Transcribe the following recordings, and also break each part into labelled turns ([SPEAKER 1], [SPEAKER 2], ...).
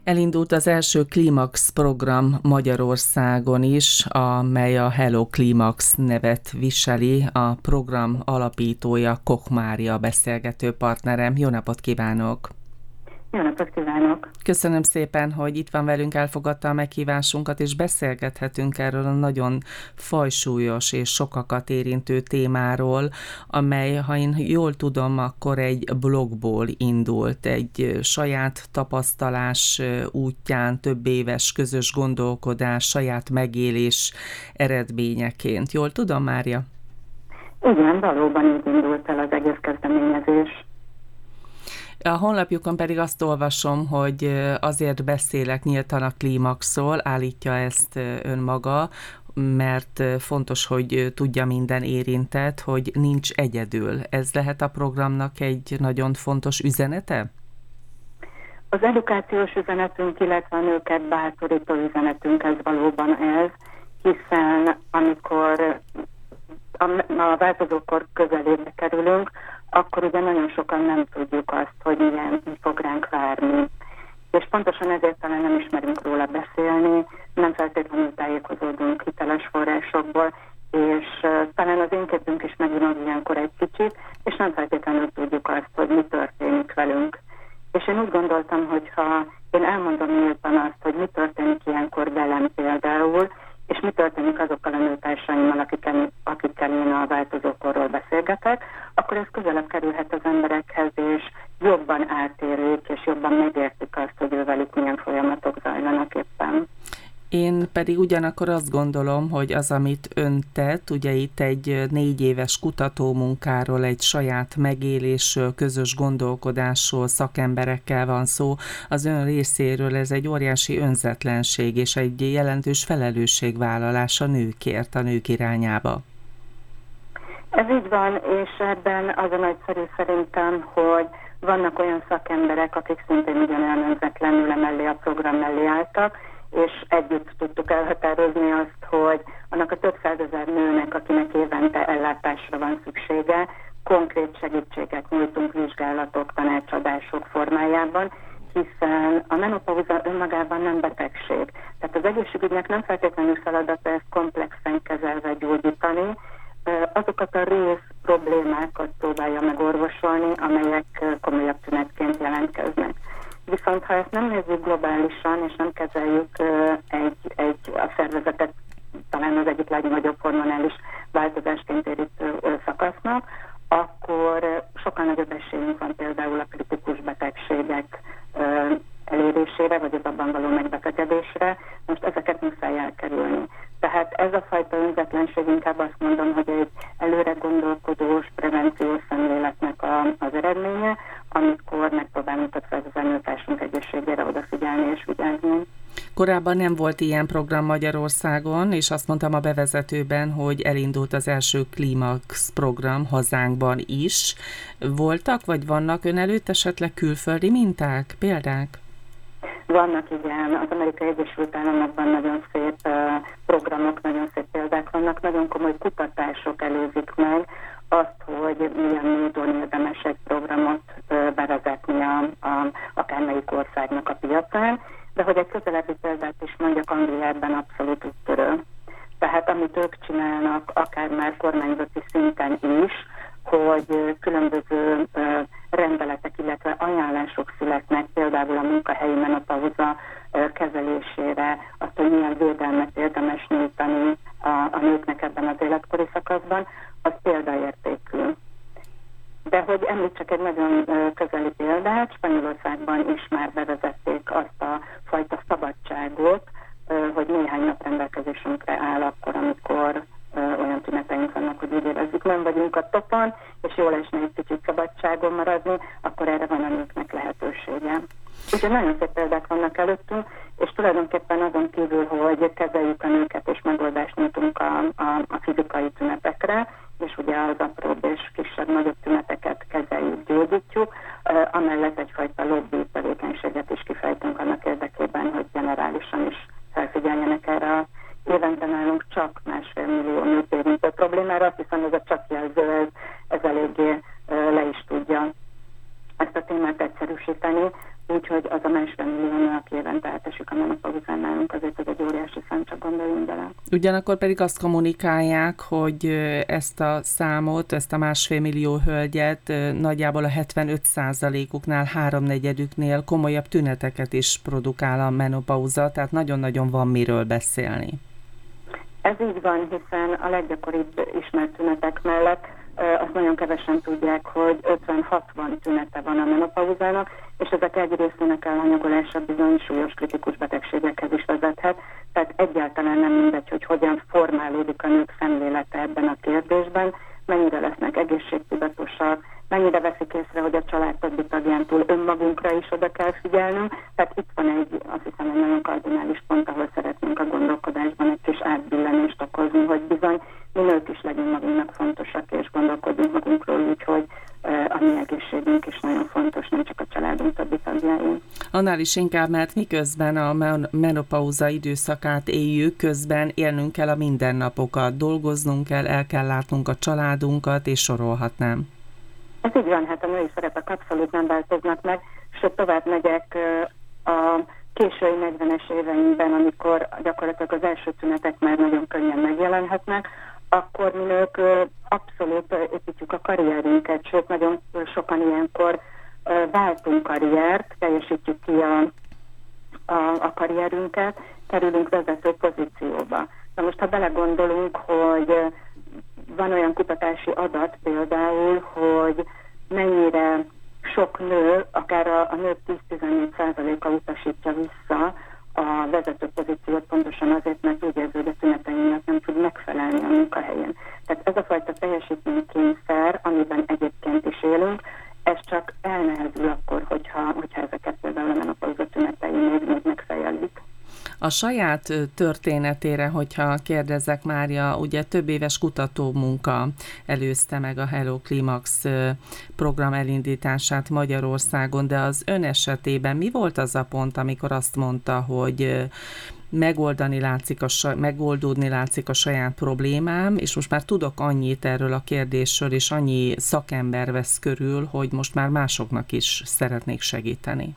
[SPEAKER 1] Elindult az első Klimax program Magyarországon is, amely a Hello Klimax nevet viseli. A program alapítója Koch Mária beszélgető partnerem. Jó napot kívánok!
[SPEAKER 2] Jó napot kívánok!
[SPEAKER 1] Köszönöm szépen, hogy itt van velünk, elfogadta a meghívásunkat, és beszélgethetünk erről a nagyon fajsúlyos és sokakat érintő témáról, amely, ha én jól tudom, akkor egy blogból indult, egy saját tapasztalás útján, több éves közös gondolkodás, saját megélés eredményeként. Jól tudom, Mária?
[SPEAKER 2] Igen, valóban így indult el az egész kezdeményezés.
[SPEAKER 1] A honlapjukon pedig azt olvasom, hogy azért beszélek nyíltan a Klimaxról, állítja ezt önmaga, mert fontos, hogy tudja minden érintett, hogy nincs egyedül. Ez lehet a programnak egy nagyon fontos üzenete?
[SPEAKER 2] Az edukációs üzenetünk, illetve a nőket bátorító üzenetünk ez valóban ez, hiszen amikor a változókor közelébe kerülünk, akkor ugye nagyon sokan nem tudjuk azt, hogy mi fog ránk várni. És pontosan ezért talán nem ismerünk róla beszélni, nem feltétlenül tájékozódunk hiteles forrásokból, és talán az én képünk is meginog ilyenkor egy kicsit, és nem feltétlenül tudjuk azt, hogy mi történik velünk. És én úgy gondoltam, hogy ha én elmondom nyíltan azt, hogy mi történik ilyenkor velem például, és mi történik azokkal a nőtársaimmal, akikkel én a változókorról beszélgetek, akkor ez közelebb kerülhet az emberekhez, és jobban átérik, és jobban megértik azt, hogy ővelük milyen folyamatok zajlanak éppen.
[SPEAKER 1] Én pedig ugyanakkor azt gondolom, hogy az, amit ön tett, ugye itt egy 4 éves kutatómunkáról, egy saját megélésről, közös gondolkodásról, szakemberekkel van szó, az ön részéről ez egy óriási önzetlenség és egy jelentős felelősségvállalás a nőkért, a nők irányába.
[SPEAKER 2] Ez így van, és ebben az a nagyszerű szerintem, hogy vannak olyan szakemberek, akik szintén ugyanolyan önzetlenül emellé a program mellé álltak, és együtt tudtuk elhatározni azt, hogy annak a több százezer nőnek, akinek évente ellátásra van szüksége, konkrét segítséget nyújtunk vizsgálatok, tanácsadások formájában, hiszen a menopauza önmagában nem betegség. Tehát az egészségügynek nem feltétlenül feladata ezt komplexen kezelve gyógyítani, azokat a rész problémákat próbálja megorvosolni, amelyek komolyabb tünetként jelentkeznek. Viszont ha ezt nem nézzük globálisan, és nem kezeljük a szervezetet talán az egyik legnagyobb hormonális változásként érintő szakasznak, akkor sokkal nagyobb esélyünk van például a kritikus betegségek elérésére, vagy az abban való megbetegedésre. Most ezeket muszáj elkerülni. Tehát ez a fajta önzetlenség, inkább azt mondom, hogy egy előre gondolkodós, prevenciós szemléletnek az eredménye, amikor megpróbálunk a nőtársunk egészségére odafigyelni és vigyázni.
[SPEAKER 1] Korábban nem volt ilyen program Magyarországon, és azt mondtam a bevezetőben, hogy elindult az első Klimax program hazánkban is. Voltak, vagy vannak ön előtt esetleg külföldi minták, példák?
[SPEAKER 2] Vannak, igen. Az Amerikai Egyesült Államokban nagyon szép programok, nagyon szép példák vannak, nagyon komoly kutatások előzik meg azt, hogy milyen módon érdemes egy programot bevezetni akármelyik országnak a piacán, de hogy egy közelebbi példát is mondjak, Anglia ebben abszolút úttörő. Tehát amit ők csinálnak, akár már kormányzati szinten is, hogy különböző rendeletek, illetve ajánlások születnek, például a munkahelyi menopauza kezelésére, azt, hogy milyen védelmet érdemes nyújtani a nőknek ebben az életkori szakaszban, az példaértékű. De hogy említsek egy nagyon közeli példát, Spanyolországban is már bevezették azt a fajta szabadságot, hogy néhány nap rendelkezésünkre áll akkor, amikor olyan tüneteink vannak, hogy úgy érezzük, nem vagyunk a topon, és jól esne egy kicsit szabadságon maradni, akkor erre van a nőknek lehetősége. Úgyhogy nagyon szép példák vannak előttünk, és tulajdonképpen azon kívül, hogy kezeljük a nőket és megoldást nyújtunk a fizikai tünetekre, és ugye az apróbb és kisebb-nagyobb tüneteket kezeljük, gyógyítjuk, amellett egyfajta lobby tevékenységet is kifejtünk annak érdekében, hogy generálisan is felfigyeljenek erre a évente nálunk csak 1,5 millió nőt érintő problémára. Azt hiszem, ez a csak jelző, ez eléggé le is tudja ezt a témát egyszerűsíteni, úgyhogy az a 1,5 millió nő, aki évente átesik a menopauzán nálunk, azért ez egy óriási szám, csak gondoljunk bele.
[SPEAKER 1] Ugyanakkor pedig azt kommunikálják, hogy ezt a számot, ezt a 1,5 millió hölgyet nagyjából a 75%-uknál, 3/4-üknél komolyabb tüneteket is produkál a menopauza, tehát nagyon-nagyon van miről beszélni.
[SPEAKER 2] Ez így van, hiszen a leggyakoribb ismert tünetek mellett azt nagyon kevesen tudják, hogy 50-60 tünete van a menopauzának, és ezek egy részének elhanyagolása bizony súlyos kritikus betegségekhez is vezethet, tehát egyáltalán nem mindegy, hogy hogyan formálódik a nők szemlélete ebben a kérdésben, mennyire lesznek egészségtudatosak, mennyire veszik észre, hogy a család többi tagján túl önmagunkra is oda kell figyelnünk. Tehát itt van azt hiszem, egy nagyon kardinális pont, ahol szeretnénk a gondolkodásban egy kis átbillenést okozni, hogy bizony mi nők is legyünk magunknak fontosak, és gondolkodjunk magunkról úgy, hogy a mi egészségünk is nagyon fontos, nem csak a családunk többi tagjáin.
[SPEAKER 1] Annál is inkább, mert miközben a menopauza időszakát éljük, közben élnünk kell a mindennapokat, dolgoznunk kell, el kell látnunk a családunkat, és sorolhatnám.
[SPEAKER 2] Ez így van, hát a női szerepek abszolút nem változnak meg, sőt tovább megyek a késői 40-es éveinkben, amikor gyakorlatilag az első tünetek már nagyon könnyen megjelenhetnek, akkor mi nők abszolút építjük a karrierünket, sőt nagyon sokan ilyenkor váltunk karriert, teljesítjük ki a karrierünket, kerülünk vezető pozícióba. Na most, ha belegondolunk, hogy van olyan kutatási adat például, hogy mennyire sok nő, akár a nők 10-14%-a utasítja vissza a vezető pozíciót pontosan azért, mert úgy érzi, hogy a tünetei miatt nem tud megfelelni a munkahelyén. Tehát ez a fajta teljesítménykényszer, amiben egyébként is élünk, ez csak elnehezül akkor, hogyha ezeket például a menopauza tünetei még megfejelik.
[SPEAKER 1] A saját történetére, hogyha kérdezzek, Mária, ugye több éves kutatómunka előzte meg a Hello Climax program elindítását Magyarországon, de az ön esetében mi volt az a pont, amikor azt mondta, hogy megoldódni látszik a saját problémám, és most már tudok annyit erről a kérdésről, és annyi szakember vesz körül, hogy most már másoknak is szeretnék segíteni?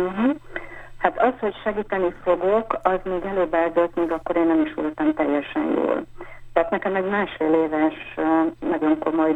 [SPEAKER 2] Hát az, hogy segíteni fogok, az még előbb eldőlt, még akkor én nem is voltam teljesen jól. Tehát nekem egy 1,5 éves, nagyon komoly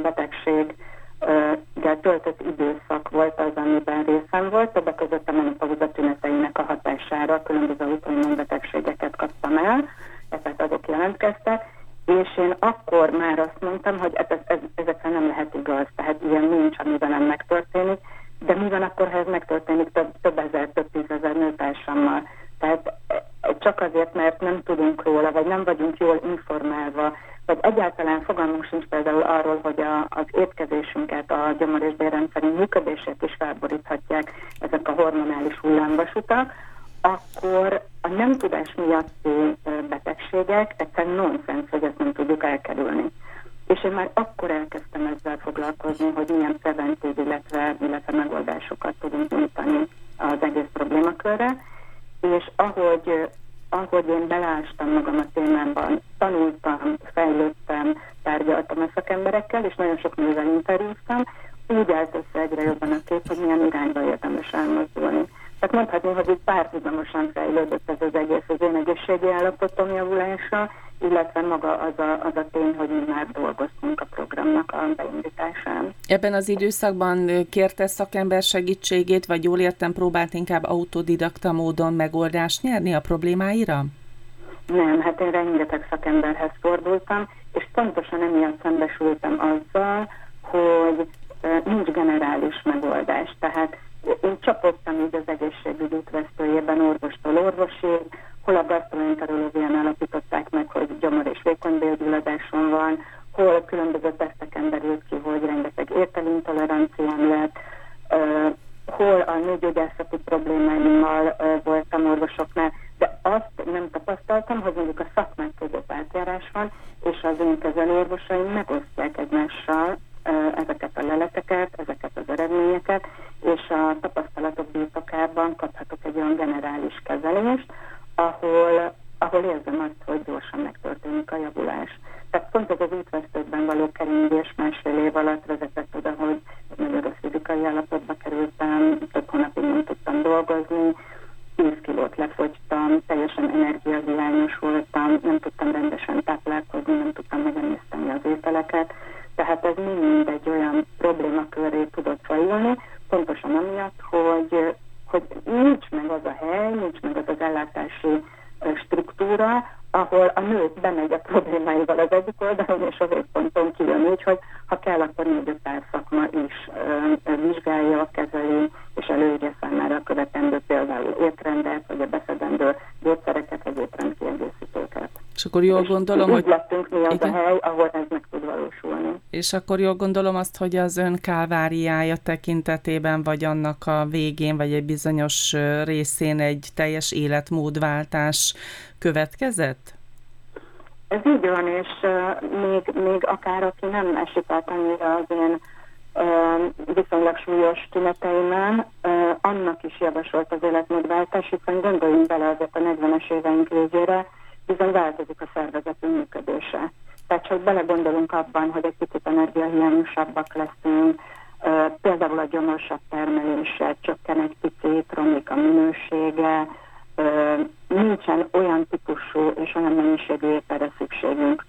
[SPEAKER 2] betegséggel töltött időszak volt az, amiben részem volt, többek között a menopauza tüneteinek a hatására különböző autoimmun betegségeket kaptam el, ezek azok jelentkeztek, és én akkor már azt mondtam, hogy ezekre nem lehet igaz, tehát ilyen nincs, ami velem megtörténik, de mi van akkor, ha ez megtörténik több ezer, több tízezer nőtársammal? Tehát csak azért, mert nem tudunk róla, vagy nem vagyunk jól informálva, vagy egyáltalán fogalmunk sincs például arról, hogy az étkezésünket, a gyomor- és bélrendszerünk működését is felboríthatják ezek a hormonális hullámvasutak, akkor a nem tudás miatti betegségek egyszerűen nonsens, hogy ezt nem tudjuk elkerülni. És én már akkor elkezdtem ezzel foglalkozni, hogy milyen preventív, illetve megoldásokat tudunk nyújtani az egész problémakörre, és ahogy én beleástam magam a témámban, tanultam, fejlődtem, tárgyaltam a szakemberekkel, és nagyon sok nővel interjúztam, úgy állt össze egyre jobban a kép, hogy milyen irányba érdemes elmozdulni. Tehát mondhatni, hogy itt párhuzamosan fejlődött ez az egész, az én egészségi állapotom javulása, illetve maga az a tény, hogy mi már dolgoztunk a programnak a beindításán.
[SPEAKER 1] Ebben az időszakban kérte szakember segítségét, vagy jól értem, próbált inkább autodidakta módon megoldást nyerni a problémáira?
[SPEAKER 2] Nem, hát én rengeteg szakemberhez fordultam, és pontosan emiatt szembesültem azzal, hogy nincs generális megoldás. Tehát én csapottam így az egészségügy útvesztőjében orvostól orvosig, hol a gastroenterológián állapították meg, hogy gyomor- és vékonybélgyulladásom van, hol különböző teszteken derült ki, hogy rengeteg ételintoleranciám lett, hol a nőgyógyászati problémáimmal voltam orvosoknál, de azt nem tapasztaltam, hogy mondjuk a szakmák között átjárás van, és az én kezelőorvosaim megosztják egymással ezeket a leleteket, ezeket az eredményeket, és a tapasztalatok birtokában kaphatok egy olyan generális kezelést, ahol ahol érzem azt, hogy gyorsan megtörténik a javulás. Tehát pont ez az útvesztőkben való keringés másfél év alatt vezetett oda, hogy nagyon rossz fizikai állapotba kerültem, több hónapig nem tudtam dolgozni, 10 kilót lefogytam, teljesen energiahiányos voltam, nem tudtam rendesen táplálkozni, nem tudtam megemészteni az ételeket. Tehát ez mind egy olyan problémakörré tudott fajulni, pontosan amiatt, hogy nincs meg az a hely, nincs meg az az ellátási struktúra, ahol a nő bemegy a problémáival az egyik oldalon, és a végponton kijön. Úgyhogy ha kell, akkor 4-5 szakma is vizsgálja, kezeli, és előírja számára a követendő például étrendet, vagy a beszedendő gyógyszereket, vagy étrendkiegészítőket.
[SPEAKER 1] És akkor jól gondolom,
[SPEAKER 2] hogy... lettünk mi az a hely, ahol ez meg tud valósulni.
[SPEAKER 1] És akkor jól gondolom azt, hogy az ön kálváriája tekintetében, vagy annak a végén, vagy egy bizonyos részén egy teljes életmódváltás következett?
[SPEAKER 2] Ez így van, és még akár aki nem esik át annyira az én viszonylag súlyos tüneteimen, annak is javasolt az életmódváltás, hiszen gondoljunk bele azért a 40-es éveink végére, bizony változik a szervezetünk működése. Tehát csak belegondolunk abban, hogy egy picit energiahiányosabbak leszünk, például a gyomorsabb termelése csökken egy picit, romlik a minősége, nincsen olyan típusú és olyan mennyiségű ételre szükségünk,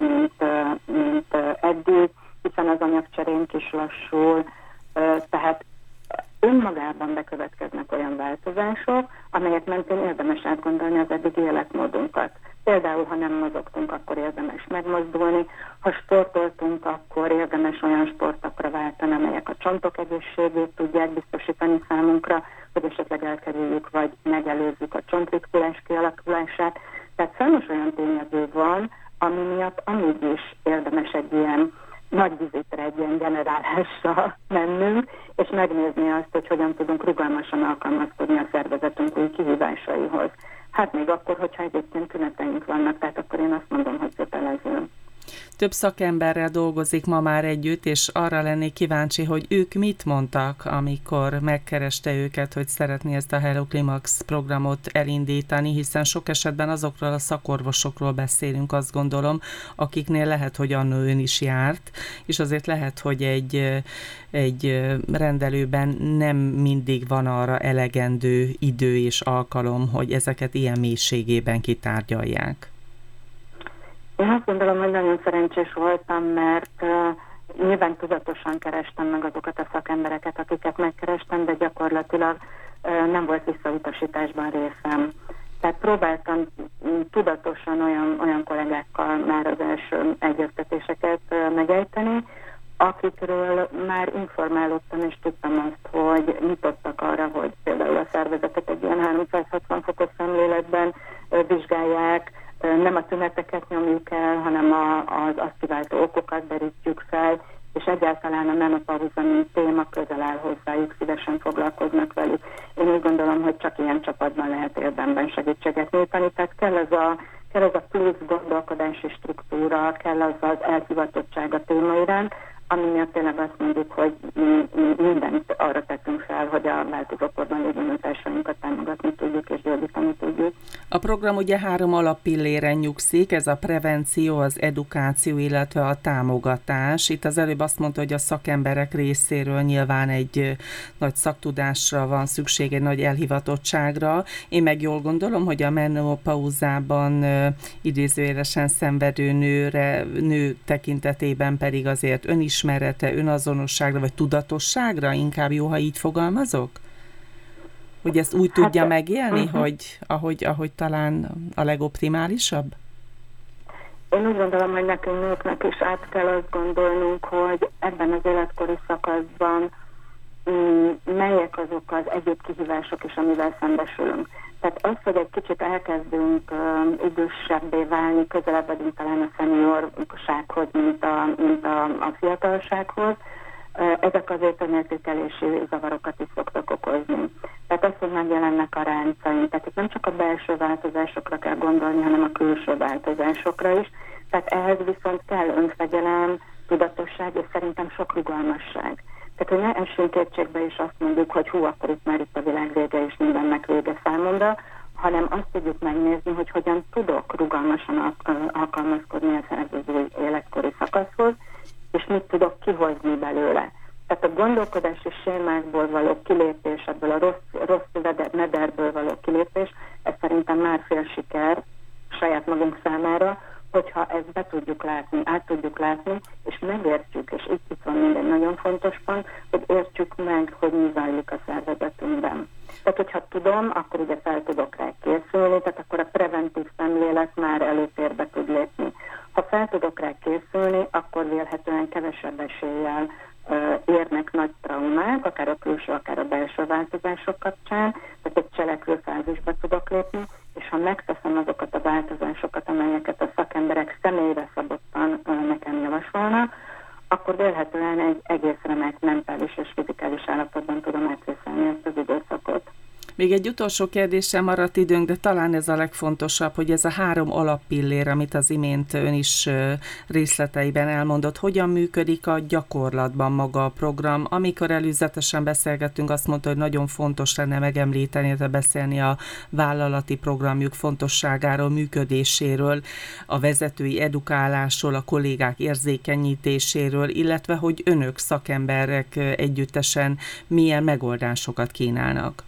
[SPEAKER 2] mint eddig, hiszen az anyagcserénk is lassul, tehát önmagában bekövetkeznek olyan változások, amelyek mentén érdemes átgondolni az eddigi életmódunkat. Például, ha nem mozogtunk, akkor érdemes megmozdulni, ha sportoltunk, akkor érdemes olyan sportokra váltani, amelyek a csontok egészségét tudják biztosítani számunkra, hogy esetleg elkerüljük, vagy megelőzzük a csontritkulás kialakulását. Tehát számos olyan tényező van, ami miatt amúgy is érdemes egy ilyen nagy vizitre, egy ilyen generálással mennünk, és megnézni azt, hogy hogyan tudunk rugalmasan alkalmazkodni a szervezetünk új kihívásaihoz. Hát még akkor, hogyha egyébként tüneteink vannak, tehát akkor én azt mondom, hogy kötelező.
[SPEAKER 1] Több szakemberrel dolgozik ma már együtt, és arra lennék kíváncsi, hogy ők mit mondtak, amikor megkereste őket, hogy szeretné ezt a Hello Climax programot elindítani, hiszen sok esetben azokról a szakorvosokról beszélünk, azt gondolom, akiknél lehet, hogy annó ön is járt, és azért lehet, hogy egy rendelőben nem mindig van arra elegendő idő és alkalom, hogy ezeket ilyen mélységében kitárgyalják.
[SPEAKER 2] Én azt gondolom, hogy nagyon szerencsés voltam, mert nyilván tudatosan kerestem meg azokat a szakembereket, akiket megkerestem, de gyakorlatilag nem volt visszautasításban részem. Tehát próbáltam tudatosan olyan kollégákkal már az első egyeztetéseket megejteni, akikről már informálódtam, és tudtam azt, hogy nyitottak arra, hogy például a szervezetet egy ilyen 360 fokos szemléletben vizsgálják, nem a tüneteket nyomjuk el, hanem az azt kiváltó okokat derítjük fel, és egyáltalán a menopauza, mint téma közel áll hozzájuk, szívesen foglalkoznak velük. Én úgy gondolom, hogy csak ilyen csapatban lehet érdemben segítséget nyújtani, tehát kell ez a plusz gondolkodási struktúra, kell az elhivatottság a téma iránt, ami miatt tényleg azt mondjuk, hogy mindent arra tettünk fel, hogy a változókorban lévő nőtársainkat támogatni tudjuk és gyógyítani tudjuk.
[SPEAKER 1] A program ugye 3 alappilléren nyugszik, ez a prevenció, az edukáció, illetve a támogatás. Itt az előbb azt mondta, hogy a szakemberek részéről nyilván egy nagy szaktudásra van szükség, egy nagy elhivatottságra. Én meg jól gondolom, hogy a menopauzában idézőjelesen szenvedő nő tekintetében pedig azért önismerete, önazonosságra, vagy tudatosságra, inkább jó, ha így fogalmazok? Hogy ezt úgy tudja megélni, hogy ahogy talán a legoptimálisabb?
[SPEAKER 2] Én úgy gondolom, hogy nekünk nőknek is át kell azt gondolnunk, hogy ebben az életkori szakaszban melyek azok az egyéb kihívások is, amivel szembesülünk. Tehát az, hogy egy kicsit elkezdünk idősebbé válni, közelebb vagyunk talán a szeniorsághoz, mint a fiatalsághoz, ezek azért önértékelési zavarokat is szoktak okozni. Tehát az, hogy megjelennek a ráncaink, tehát itt nem csak a belső változásokra kell gondolni, hanem a külső változásokra is. Tehát ehhez viszont kell önfegyelem, tudatosság, és szerintem sok rugalmasság. Tehát, hogy ne essünk kétségbe, és azt mondjuk, hogy akkor itt már itt a világ vége, és mindennek vége számomra, hanem azt tudjuk megnézni, hogy hogyan tudok rugalmasan alkalmazkodni ehhez az új életkori szakaszhoz, és mit tudok kihozni belőle. Tehát a gondolkodási sémákból való kilépés, ebből a rossz mederből való kilépés, ez szerintem már fél siker saját magunk számára, hogyha ezt be tudjuk látni, át tudjuk látni, és megértjük, és itt van mindegy nagyon fontos pont, hogy értsük meg, hogy mi zajlik a szervezetünkben. Tehát, hogyha tudom, akkor ugye fel tudok rá készülni, tehát akkor a preventív szemlélet már előtérbe tud lépni. Ha fel tudok rá készülni, akkor vélhetően kevesebb eséllyel érnek nagy traumák, akár a külső, akár a belső változások kapcsán, tehát egy cselekvő fázisba tudok lépni, és ha megteszem azokat a változásokat, amelyeket a szakemberek személyre szabottan nekem javasolnak, akkor vélhetően egy egész remek mentális és fizikális állapotban tudom átvészelni ezt az időszakot.
[SPEAKER 1] Még egy utolsó kérdésem maradt időnk, de talán ez a legfontosabb, hogy ez a 3 alappillér, amit az imént ön is részleteiben elmondott, hogyan működik a gyakorlatban maga a program. Amikor előzetesen beszélgettünk, azt mondta, hogy nagyon fontos lenne megemlíteni, illetve beszélni a vállalati programjuk fontosságáról, működéséről, a vezetői edukálásról, a kollégák érzékenyítéséről, illetve hogy önök szakemberek együttesen milyen megoldásokat kínálnak.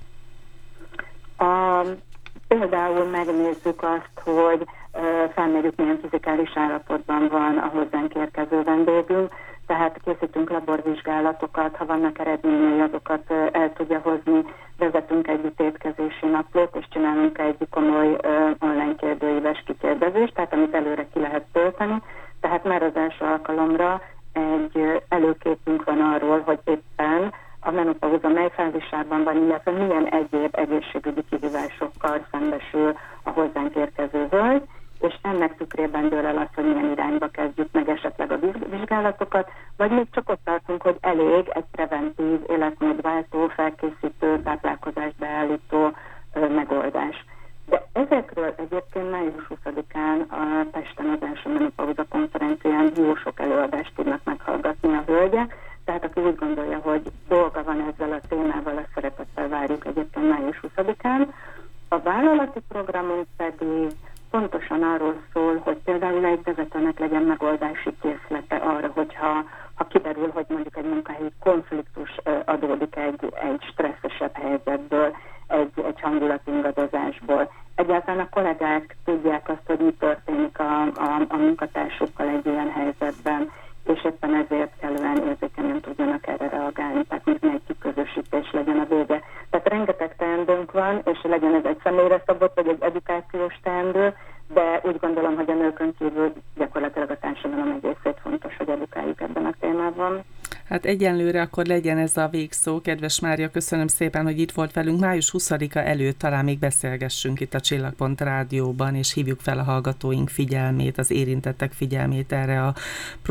[SPEAKER 2] Például megnézzük azt, hogy felmérjük, milyen fizikális állapotban van a hozzánk érkező vendégünk, tehát készítünk laborvizsgálatokat, ha vannak eredményei, azokat el tudja hozni, vezetünk egy étkezési naplót, és csinálunk egy komoly online kérdőíves kikérdezést, tehát amit előre ki lehet tölteni, tehát már az első alkalomra egy előképünk van arról, hogy éppen a menopauza mely fázisában van, illetve milyen egyéb egészségügyi kihívásokkal szembesül a hozzánk érkező hölgy, és ennek tükrében dől el az, hogy milyen irányba kezdjük meg esetleg a vizsgálatokat, vagy még csak ott tartunk, hogy elég egy preventív, életmódváltó, felkészítő, táplálkozást beállító megoldás. De ezekről egyébként május 20-án a Pesten az első menopauza konferencián jó sok előadást tudnak meghallgatni a hölgyek, tehát aki úgy gondolja, hogy dolga van ezzel a témával, azt szeretettel várjuk egyébként május 20-án. A vállalati programunk pedig pontosan arról szól, hogy például egy vezetőnek legyen megoldási készlete arra, hogyha kiderül, hogy mondjuk egy munkahelyi konfliktus adódik egy stresszesebb helyzetből, egy hangulatingadozásból. Egyáltalán a kollégák tudják azt, hogy mi történik a munkatársukkal egy ilyen helyzetben, és éppen ezért kellően érzékenyen tudjanak erre reagálni, tehát még egy kiközösítés legyen a vége. Tehát rengeteg teendőnk van, és legyen ez egy személyre szabott, vagy egy edukációs teendő, de úgy gondolom, hogy a nőkön kívül gyakorlatilag a társadalom egészét fontos, hogy edukáljuk ebben a témában.
[SPEAKER 1] Hát egyenlőre akkor legyen ez a végszó. Kedves Mária, köszönöm szépen, hogy itt volt velünk. Május 20-a előtt talán még beszélgessünk itt a Csillagpont Rádióban, és hívjuk fel a hallgatóink figyelmét, az érintettek figyelmét erre a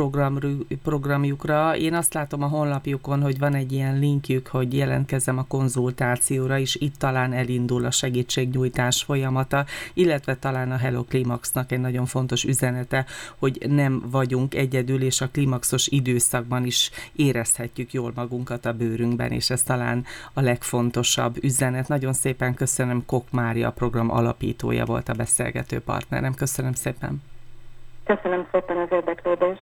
[SPEAKER 1] programjukra. Én azt látom a honlapjukon, hogy van egy ilyen linkjük, hogy jelentkezzem a konzultációra, és itt talán elindul a segítségnyújtás folyamata, illetve talán a Hello Climaxnak egy nagyon fontos üzenete, hogy nem vagyunk egyedül, és a klimaxos időszakban is érezhetjük jól magunkat a bőrünkben, és ez talán a legfontosabb üzenet. Nagyon szépen köszönöm, Kok Mária, a program alapítója volt a beszélgető partnerem. Köszönöm szépen.
[SPEAKER 2] Köszönöm szépen az érdeklődést.